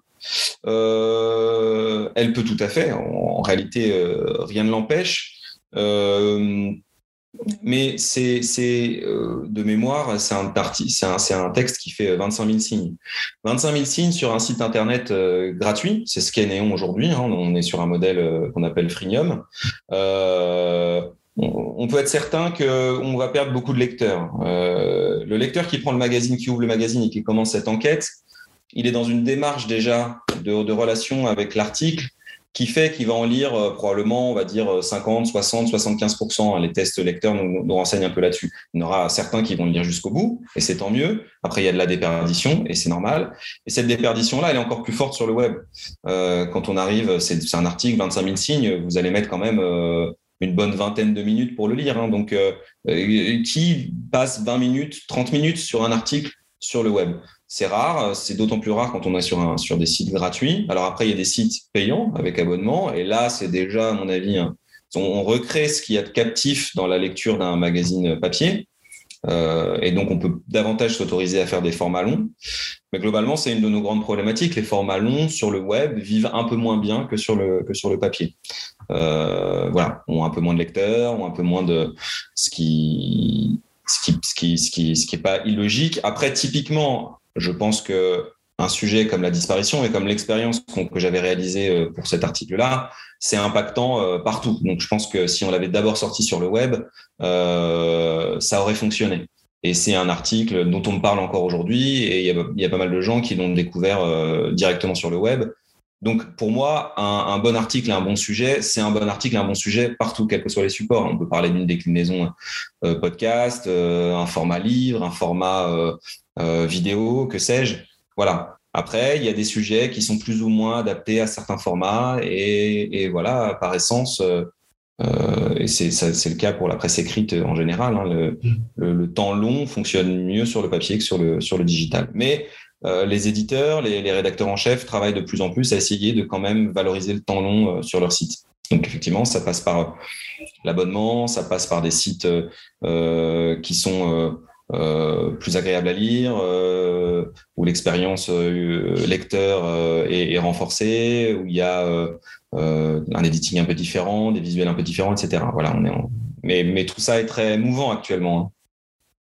euh, elle peut tout à fait. En, en réalité, euh, rien ne l'empêche. Euh, mais c'est, c'est euh, de mémoire, c'est un, parti, c'est, un, c'est un texte qui fait vingt-cinq mille signes. vingt-cinq mille signes sur un site Internet euh, gratuit. C'est ce qu'est Néon aujourd'hui. Hein. On est sur un modèle euh, qu'on appelle freemium. Euh, On peut être certain qu'on va perdre beaucoup de lecteurs. Euh, le lecteur qui prend le magazine, qui ouvre le magazine et qui commence cette enquête, il est dans une démarche déjà de, de relation avec l'article qui fait qu'il va en lire euh, probablement, on va dire, cinquante, soixante, soixante-quinze pour cent. Les tests lecteurs nous, nous renseignent un peu là-dessus. Il y en aura certains qui vont le lire jusqu'au bout, et c'est tant mieux. Après, il y a de la déperdition, et c'est normal. Et cette déperdition-là, elle est encore plus forte sur le web. Euh, quand on arrive, c'est, c'est un article, vingt-cinq mille signes, vous allez mettre quand même... Euh, une bonne vingtaine de minutes pour le lire. Hein. Donc, euh, qui passe vingt minutes, trente minutes sur un article sur le web? C'est rare, c'est d'autant plus rare quand on est sur, un, sur des sites gratuits. Alors après, il y a des sites payants avec abonnement. Et là, c'est déjà, à mon avis, hein, on, on recrée ce qu'il y a de captif dans la lecture d'un magazine papier. Euh, et donc, on peut davantage s'autoriser à faire des formats longs. Mais globalement, c'est une de nos grandes problématiques. Les formats longs sur le web vivent un peu moins bien que sur le, que sur le papier. Euh, voilà, ont un peu moins de lecteurs, ont un peu moins de ce qui, ce qui, ce qui, ce qui, ce qui est pas illogique. Après, typiquement, je pense que un sujet comme la disparition et comme l'expérience que j'avais réalisée pour cet article-là, c'est impactant partout. Donc, je pense que si on l'avait d'abord sorti sur le web, euh, ça aurait fonctionné. Et c'est un article dont on me parle encore aujourd'hui, et il y a, il y a pas mal de gens qui l'ont découvert euh, directement sur le web. Donc, pour moi, un, un bon article et un bon sujet, c'est un bon article et un bon sujet partout, quels que soient les supports. On peut parler d'une déclinaison euh, podcast, euh, un format livre, un format euh, euh, vidéo, que sais-je. Voilà. Après, il y a des sujets qui sont plus ou moins adaptés à certains formats, et, et voilà, par essence, euh, euh, et c'est, ça, c'est le cas pour la presse écrite en général. Hein, le, le, le temps long fonctionne mieux sur le papier que sur le, sur le digital. Mais Euh, les éditeurs, les, les rédacteurs en chef travaillent de plus en plus à essayer de quand même valoriser le temps long euh, sur leur site. Donc effectivement, ça passe par l'abonnement, ça passe par des sites euh, qui sont euh, euh, plus agréables à lire, euh, où l'expérience euh, lecteur euh, est, est renforcée, où il y a euh, euh, un editing un peu différent, des visuels un peu différents, et cetera. Voilà, on est en... mais, mais tout ça est très mouvant actuellement. Hein.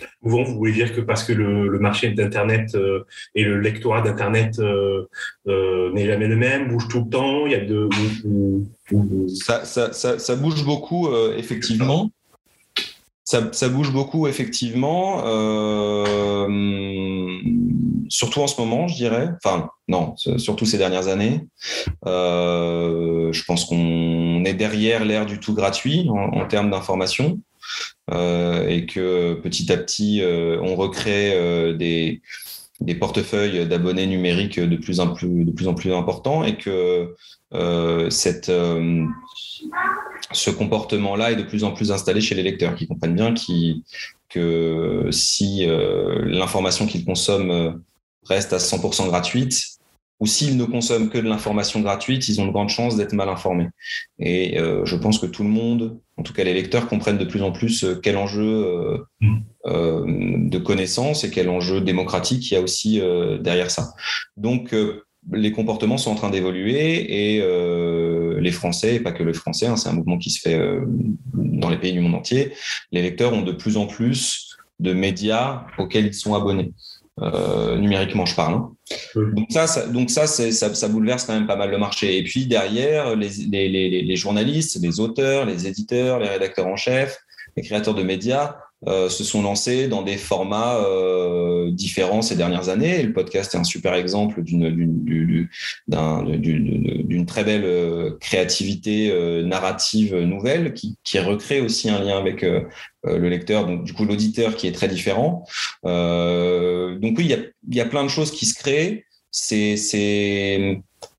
Souvent, vous voulez dire que parce que le, le marché d'Internet euh, et le lectorat d'Internet euh, euh, n'est jamais le même, bouge tout le temps, il y a de... Ou, ou, ou... Ça, ça, ça, ça bouge beaucoup, euh, effectivement. Ça, ça bouge beaucoup, effectivement. Euh, surtout en ce moment, je dirais. Enfin, non, surtout ces dernières années. Euh, je pense qu'on est derrière l'ère du tout gratuit en, en termes d'information. Euh, et que petit à petit, euh, on recrée euh, des, des portefeuilles d'abonnés numériques de plus en plus, de plus, en plus importants et que euh, cette, euh, ce comportement-là est de plus en plus installé chez les lecteurs, qui comprennent bien qui, que si euh, l'information qu'ils consomment reste à cent pour cent gratuite, ou s'ils ne consomment que de l'information gratuite, ils ont de grandes chances d'être mal informés. Et euh, je pense que tout le monde, en tout cas les lecteurs, comprennent de plus en plus quel enjeu euh, euh, de connaissance et quel enjeu démocratique il y a aussi euh, derrière ça. Donc, euh, les comportements sont en train d'évoluer et euh, les Français, et pas que les Français, hein, c'est un mouvement qui se fait euh, dans les pays du monde entier, les lecteurs ont de plus en plus de médias auxquels ils sont abonnés. Euh, numériquement, je parle. Hein. Donc ça, ça, donc ça, c'est, ça, ça bouleverse quand même pas mal le marché. Et puis derrière, les, les, les, les journalistes, les auteurs, les éditeurs, les rédacteurs en chef, les créateurs de médias euh, se sont lancés dans des formats euh, différents ces dernières années. Et le podcast est un super exemple d'une, d'une, d'une, d'un, d'une, d'une très belle créativité euh, narrative nouvelle qui, qui recrée aussi un lien avec euh, le lecteur, donc du coup l'auditeur qui est très différent. Euh, donc oui, il y a, il y a plein de choses qui se créent. C'est, c'est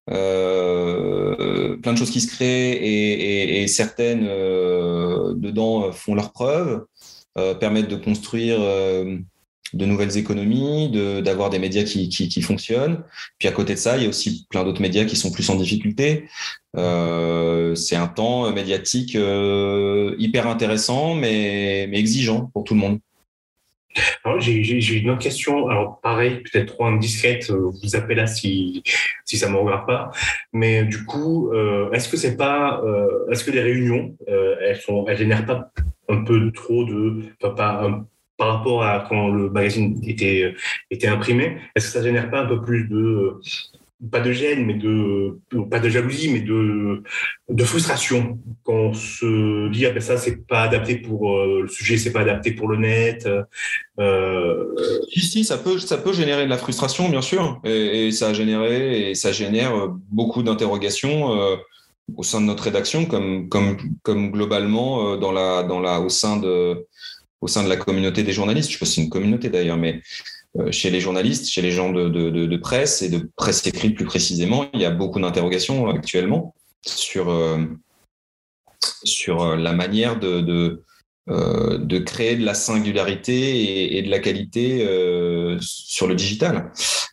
euh, plein de choses qui se créent et, et, et certaines euh, dedans font leurs preuves, euh, permettent de construire euh, de nouvelles économies, de, d'avoir des médias qui, qui, qui fonctionnent. Puis à côté de ça, il y a aussi plein d'autres médias qui sont plus en difficulté. Euh, c'est un temps médiatique euh, hyper intéressant, mais, mais exigeant pour tout le monde. Alors, j'ai, j'ai, j'ai une autre question. Alors, pareil, peut-être trop indiscrète. Vous appelez là si si ça me regarde pas. Mais du coup, euh, est-ce que c'est pas, euh, est-ce que les réunions, euh, elles sont, elles génèrent pas un peu trop de, enfin, pas un, par rapport à quand le magazine était était imprimé, est-ce que ça génère pas un peu plus de, pas de gêne, mais de, pas de jalousie, mais de, de frustration quand on se dit, ah ben ça, c'est pas adapté pour euh, le sujet, c'est pas adapté pour le net. Euh... Si, si, ça peut, ça peut générer de la frustration, bien sûr. Et, et ça a généré, et ça génère beaucoup d'interrogations euh, au sein de notre rédaction, comme, comme, comme globalement euh, dans la, dans la, au sein de, au sein de la communauté des journalistes. Je sais pas si c'est une communauté d'ailleurs, mais chez les journalistes, chez les gens de, de, de presse et de presse écrite plus précisément, il y a beaucoup d'interrogations actuellement sur, euh, sur la manière de, de, euh, de créer de la singularité et, et de la qualité euh, sur le digital.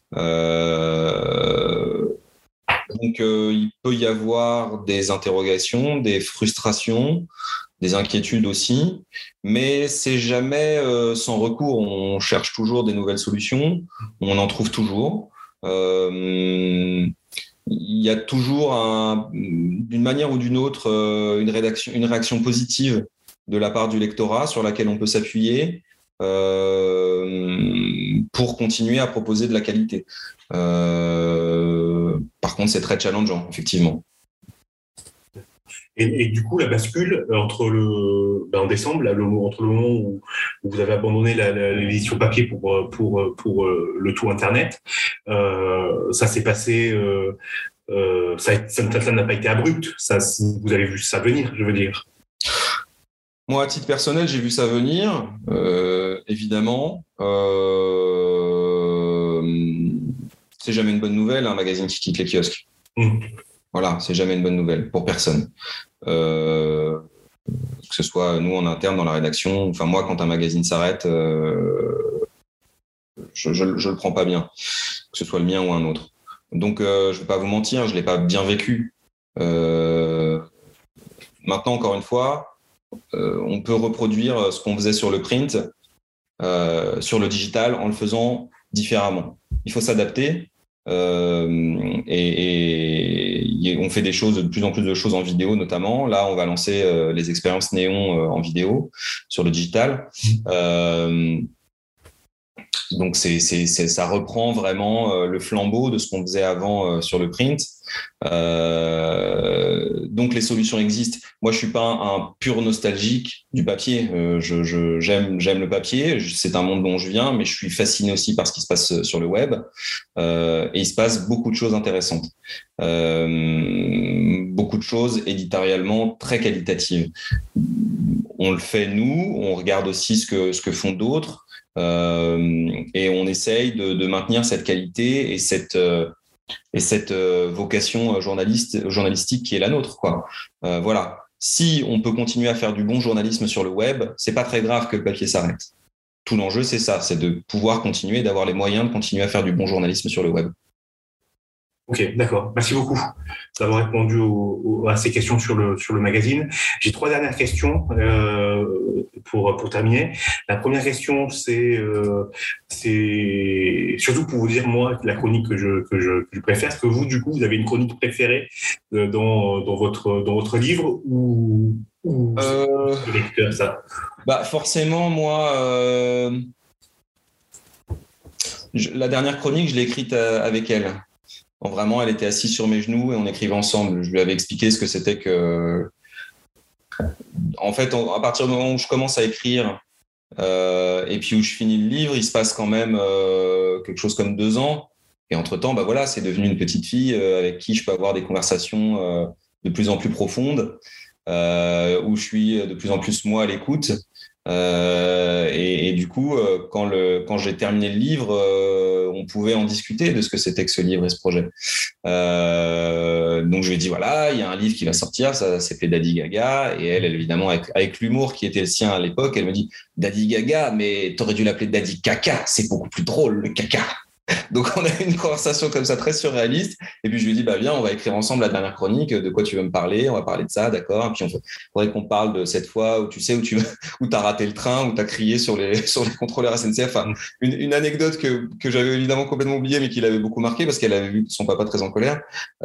Euh, donc, euh, il peut y avoir des interrogations, des frustrations, des inquiétudes aussi, mais c'est jamais euh, sans recours. On cherche toujours des nouvelles solutions, on en trouve toujours. Euh, il y a toujours, un, d'une manière ou d'une autre, euh, une, rédaction, une réaction positive de la part du lectorat sur laquelle on peut s'appuyer euh, pour continuer à proposer de la qualité. Euh, par contre, c'est très challengeant, effectivement. Et, et du coup, la bascule entre le, ben en décembre, là, le, entre le moment où, où vous avez abandonné la, la, l'édition papier pour, pour, pour le tout Internet, euh, ça s'est passé, euh, euh, ça, ça, ça n'a pas été abrupt, ça, vous avez vu ça venir, je veux dire. Moi, à titre personnel, j'ai vu ça venir, euh, évidemment. Euh, c'est jamais une bonne nouvelle, un magazine qui quitte les kiosques. Mmh. Voilà, c'est jamais une bonne nouvelle pour personne. Euh, que ce soit nous en interne dans la rédaction, enfin moi quand un magazine s'arrête, euh, je, je, je le prends pas bien, que ce soit le mien ou un autre. Donc euh, je vais pas vous mentir, je l'ai pas bien vécu. Euh, maintenant encore une fois, euh, on peut reproduire ce qu'on faisait sur le print, euh, sur le digital en le faisant différemment. Il faut s'adapter. Euh, et, et on fait des choses, de plus en plus de choses en vidéo notamment. Là, on va lancer euh, les expériences Néon euh, en vidéo sur le digital. Euh, Donc, c'est, c'est, c'est, ça reprend vraiment euh, le flambeau de ce qu'on faisait avant euh, sur le print. Euh, donc, les solutions existent. Moi, je suis pas un, un pur nostalgique du papier. Euh, je, je, j'aime, j'aime le papier. C'est un monde dont je viens, mais je suis fasciné aussi par ce qui se passe sur le web. Euh, et il se passe beaucoup de choses intéressantes. Euh, beaucoup de choses éditorialement très qualitatives. On le fait nous, on regarde aussi ce que, ce que font d'autres. Euh, et on essaye de, de maintenir cette qualité et cette, euh, et cette euh, vocation journaliste, journalistique qui est la nôtre, quoi. Euh, voilà. Si on peut continuer à faire du bon journalisme sur le web, c'est pas très grave que le papier s'arrête. Tout l'enjeu, c'est ça, c'est de pouvoir continuer, d'avoir les moyens de continuer à faire du bon journalisme sur le web. Ok, d'accord. Merci beaucoup d'avoir répondu au, au, à ces questions sur le, sur le magazine. J'ai trois dernières questions euh, pour, pour terminer. La première question, c'est, euh, c'est surtout pour vous dire, moi, la chronique que je, que je, que je préfère. Est-ce que vous, du coup, vous avez une chronique préférée dans, dans, votre, dans votre livre ou, ou euh, c'est le lecteur, ça bah forcément, moi... Euh, je, la dernière chronique, je l'ai écrite avec elle. Vraiment, elle était assise sur mes genoux et on écrivait ensemble. Je lui avais expliqué ce que c'était que... En fait, à partir du moment où je commence à écrire euh, et puis où je finis le livre, il se passe quand même euh, quelque chose comme deux ans. Et entre-temps, bah voilà, c'est devenu une petite fille euh, avec qui je peux avoir des conversations euh, de plus en plus profondes, euh, où je suis de plus en plus moi à l'écoute. Euh, et, et du coup, euh, quand, le, quand j'ai terminé le livre, euh, on pouvait en discuter de ce que c'était que ce livre et ce projet. Euh, donc je lui ai dit, voilà, il y a un livre qui va sortir, ça s'appelait Daddy Gaga. Et elle, elle évidemment, avec, avec l'humour qui était le sien à l'époque, elle me dit, Daddy Gaga, mais t'aurais dû l'appeler Daddy Caca, c'est beaucoup plus drôle, le caca. Donc, on a eu une conversation comme ça très surréaliste. Et puis, je lui ai dit, bah, viens, on va écrire ensemble la dernière chronique. De quoi tu veux me parler? On va parler de ça, d'accord. Et puis, il faudrait qu'on parle de cette fois où tu sais, où tu où t'as raté le train, où t'as crié sur les, sur les contrôleurs S N C F. Enfin, une, une anecdote que, que j'avais évidemment complètement oubliée, mais qui l'avait beaucoup marqué parce qu'elle avait vu son papa très en colère.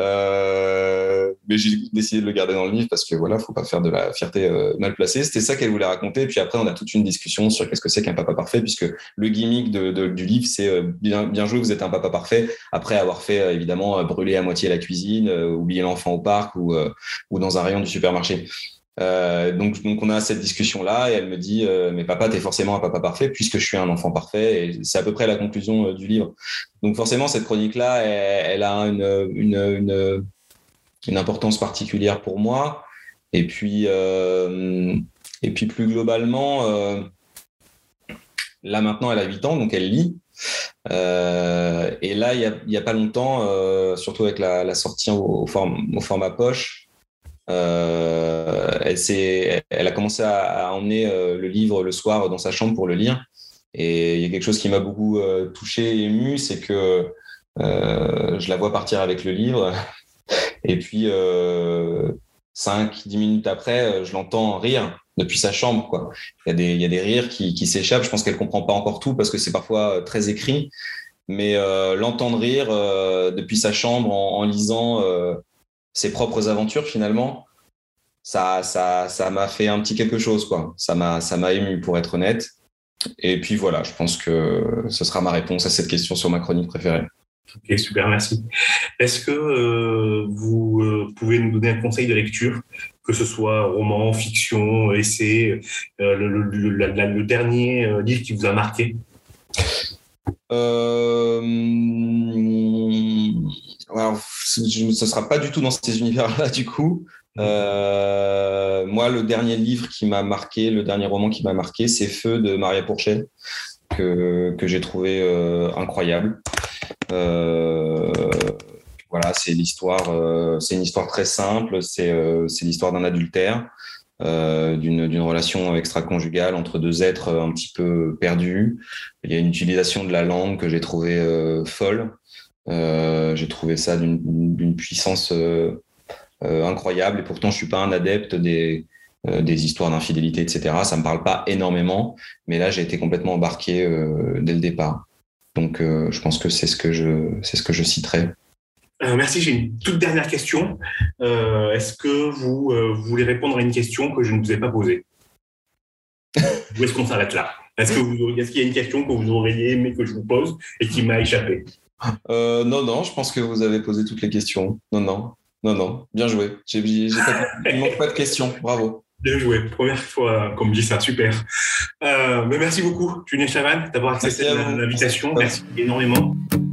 Euh, mais j'ai décidé de le garder dans le livre parce que voilà, faut pas faire de la fierté euh, mal placée. C'était ça qu'elle voulait raconter. Et puis après, on a toute une discussion sur qu'est-ce que c'est qu'un papa parfait, puisque le gimmick de, de, du livre, c'est euh, bien, bien joué, vous êtes un papa parfait, après avoir fait euh, évidemment euh, brûler à moitié la cuisine, euh, oublier l'enfant au parc ou, euh, ou dans un rayon du supermarché. Euh, donc, donc on a cette discussion-là et elle me dit euh, mais papa, t'es forcément un papa parfait puisque je suis un enfant parfait, et c'est à peu près la conclusion euh, du livre. Donc forcément, cette chronique-là, elle, elle a une, une, une, une importance particulière pour moi. Et puis, euh, et puis plus globalement, euh, là maintenant, elle a huit ans, donc elle lit. Euh, et là, il y a, il y a pas longtemps, euh, surtout avec la, la sortie au, au, form, au format poche, euh, elle, s'est, elle a commencé à, à emmener euh, le livre le soir dans sa chambre pour le lire. Et il y a quelque chose qui m'a beaucoup euh, touché et ému, c'est que euh, je la vois partir avec le livre. Et puis, euh, cinq dix minutes après, je l'entends rire depuis sa chambre, quoi. Il y a des, il y a des rires qui, qui s'échappent. Je pense qu'elle comprend pas encore tout parce que c'est parfois très écrit. Mais euh, l'entendre rire euh, depuis sa chambre en, en lisant euh, ses propres aventures, finalement, ça, ça, ça m'a fait un petit quelque chose, quoi. Ça m'a, ça m'a ému, pour être honnête. Et puis voilà, je pense que ce sera ma réponse à cette question sur ma chronique préférée. Ok, super, merci. Est-ce que euh, vous euh, pouvez nous donner un conseil de lecture, que ce soit roman, fiction, essai, euh, le, le, le, la, le dernier euh, livre qui vous a marqué? euh, alors, ce ne sera pas du tout dans ces univers-là, du coup. Euh, moi, le dernier livre qui m'a marqué, le dernier roman qui m'a marqué, c'est Feu de Maria Pourchet, que, que j'ai trouvé euh, incroyable. Euh, voilà, c'est l'histoire, euh, c'est une histoire très simple. C'est, euh, c'est l'histoire d'un adultère, euh, d'une, d'une relation extra-conjugale entre deux êtres un petit peu perdus. Il y a une utilisation de la langue que j'ai trouvée euh, folle. Euh, j'ai trouvé ça d'une, d'une puissance euh, euh, incroyable. Et pourtant, je suis pas un adepte des euh, des histoires d'infidélité, et cetera. Ça me parle pas énormément, mais là, j'ai été complètement embarqué euh, dès le départ. Donc, euh, je pense que c'est ce que je, c'est ce que je citerai. Euh, merci. J'ai une toute dernière question. Euh, est-ce que vous, euh, vous voulez répondre à une question que je ne vous ai pas posée? Ou est-ce qu'on s'arrête là? Est-ce que vous, est-ce qu'il y a une question que vous auriez aimé que je vous pose et qui m'a échappé? euh, Non, non, je pense que vous avez posé toutes les questions. Non, non, non, non, bien joué. J'ai, j'ai, j'ai pas, il ne manque pas de questions. Bravo. Bien joué. Première fois qu'on me dit ça, super. Euh, mais merci beaucoup, Julien Chavannes, d'avoir accepté l'invitation. Merci énormément.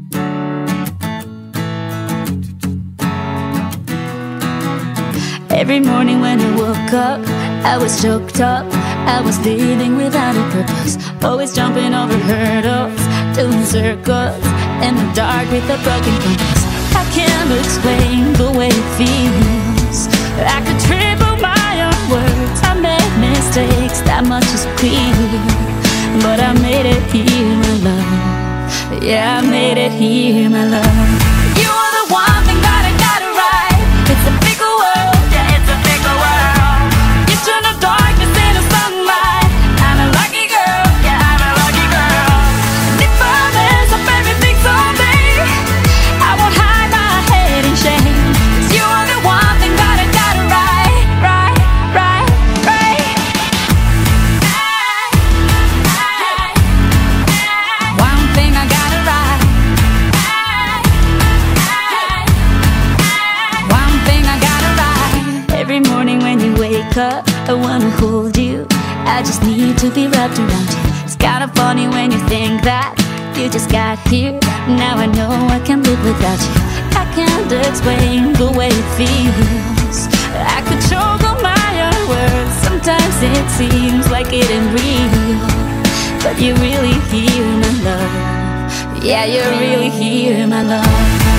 Every morning when I woke up, I was choked up. I was living without a purpose, always jumping over hurdles, doing circles in the dark with a broken compass. I can't explain the way it feels. I could triple my own words. I made mistakes, that much is clear, but I made it here, my love. Yeah, I made it here, my love. You are the one thing that I got it right. It's a bigger world, yeah, it's a bigger world. You turn the darkness into sunlight. I'm a lucky girl, yeah, I'm a lucky girl. And if I mess up everything someday, I won't hide my head in shame. 'Cause you are the one thing that I got it right, right, right, right. One thing I got it right. One thing I got it right. Every morning when you wake up, I wanna hold you. I just need to be wrapped around you. It's kinda funny when you think that you just got here. Now I know I can't live without you. I can't explain the way it feels. I could choke on my own words. Sometimes it seems like it ain't real, but you're really here, my love. Yeah, you're really here, my love.